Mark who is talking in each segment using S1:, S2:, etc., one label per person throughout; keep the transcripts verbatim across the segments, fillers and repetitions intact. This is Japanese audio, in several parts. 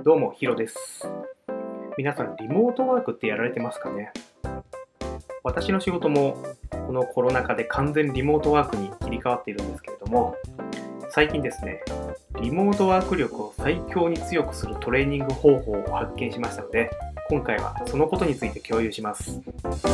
S1: どうもヒロです。皆さんリモートワークってやられてますかね。私の仕事もこのコロナ禍で完全リモートワークに切り替わっているんですけれども、最近ですね、リモートワーク力を最強に強くするトレーニング方法を発見しましたので、今回はそのことについて共有します。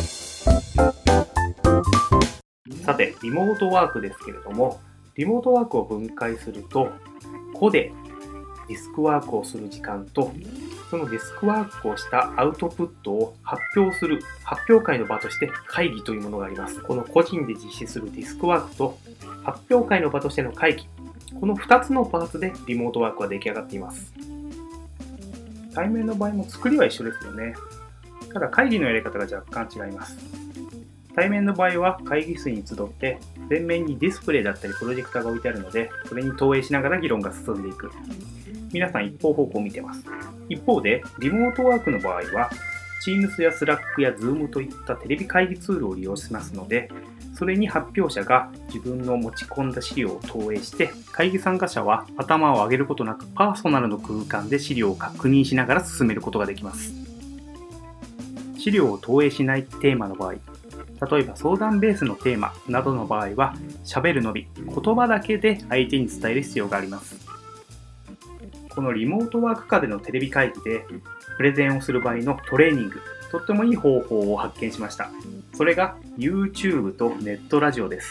S1: さて、リモートワークですけれども、リモートワークを分解すると、個でディスクワークをする時間と、そのディスクワークをしたアウトプットを発表する発表会の場として会議というものがあります。この個人で実施するディスクワークと発表会の場としての会議、このふたつのパーツでリモートワークは出来上がっています。対面の場合も作りは一緒ですよね。ただ会議のやり方が若干違います。対面の場合は会議室に集って前面にディスプレイだったりプロジェクターが置いてあるので、それに投影しながら議論が進んでいく。皆さん一方方向を見てます。一方でリモートワークの場合は Teams や Slack や Zoom といったテレビ会議ツールを利用しますので、それに発表者が自分の持ち込んだ資料を投影して、会議参加者は頭を上げることなくパーソナルの空間で資料を確認しながら進めることができます。資料を投影しないテーマの場合、例えば相談ベースのテーマなどの場合は、喋るのみ、言葉だけで相手に伝える必要があります。このリモートワーク下でのテレビ会議でプレゼンをする場合のトレーニング、とってもいい方法を発見しました。それが YouTube とネットラジオです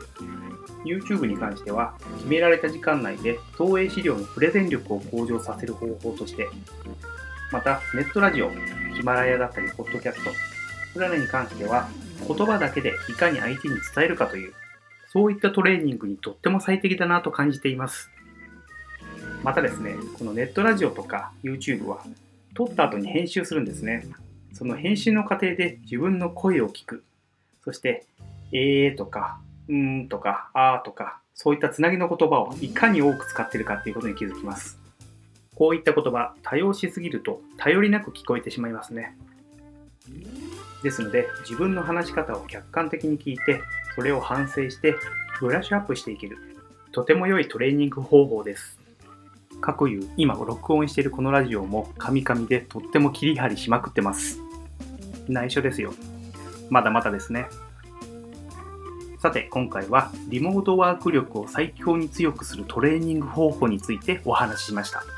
S1: 。YouTube に関しては決められた時間内で投影資料のプレゼン力を向上させる方法として、またネットラジオ、ヒマラヤだったりポッドキャスト、それらに関しては言葉だけでいかに相手に伝えるかという、そういったトレーニングにとっても最適だなと感じています。またですね、このネットラジオとか YouTube は撮った後に編集するんですね。その編集の過程で自分の声を聞く。そして、えーとか、うーんとか、あーとか、そういったつなぎの言葉をいかに多く使っているかということに気づきます。こういった言葉、多用しすぎると頼りなく聞こえてしまいますね。ですので、自分の話し方を客観的に聞いて、それを反省してブラッシュアップしていける。とても良いトレーニング方法です。かくいう、今録音しているこのラジオもカミカミでとっても切り張りしまくってます。内緒ですよ。まだまだですね。さて、今回はリモートワーク力を最強に強くするトレーニング方法についてお話ししました。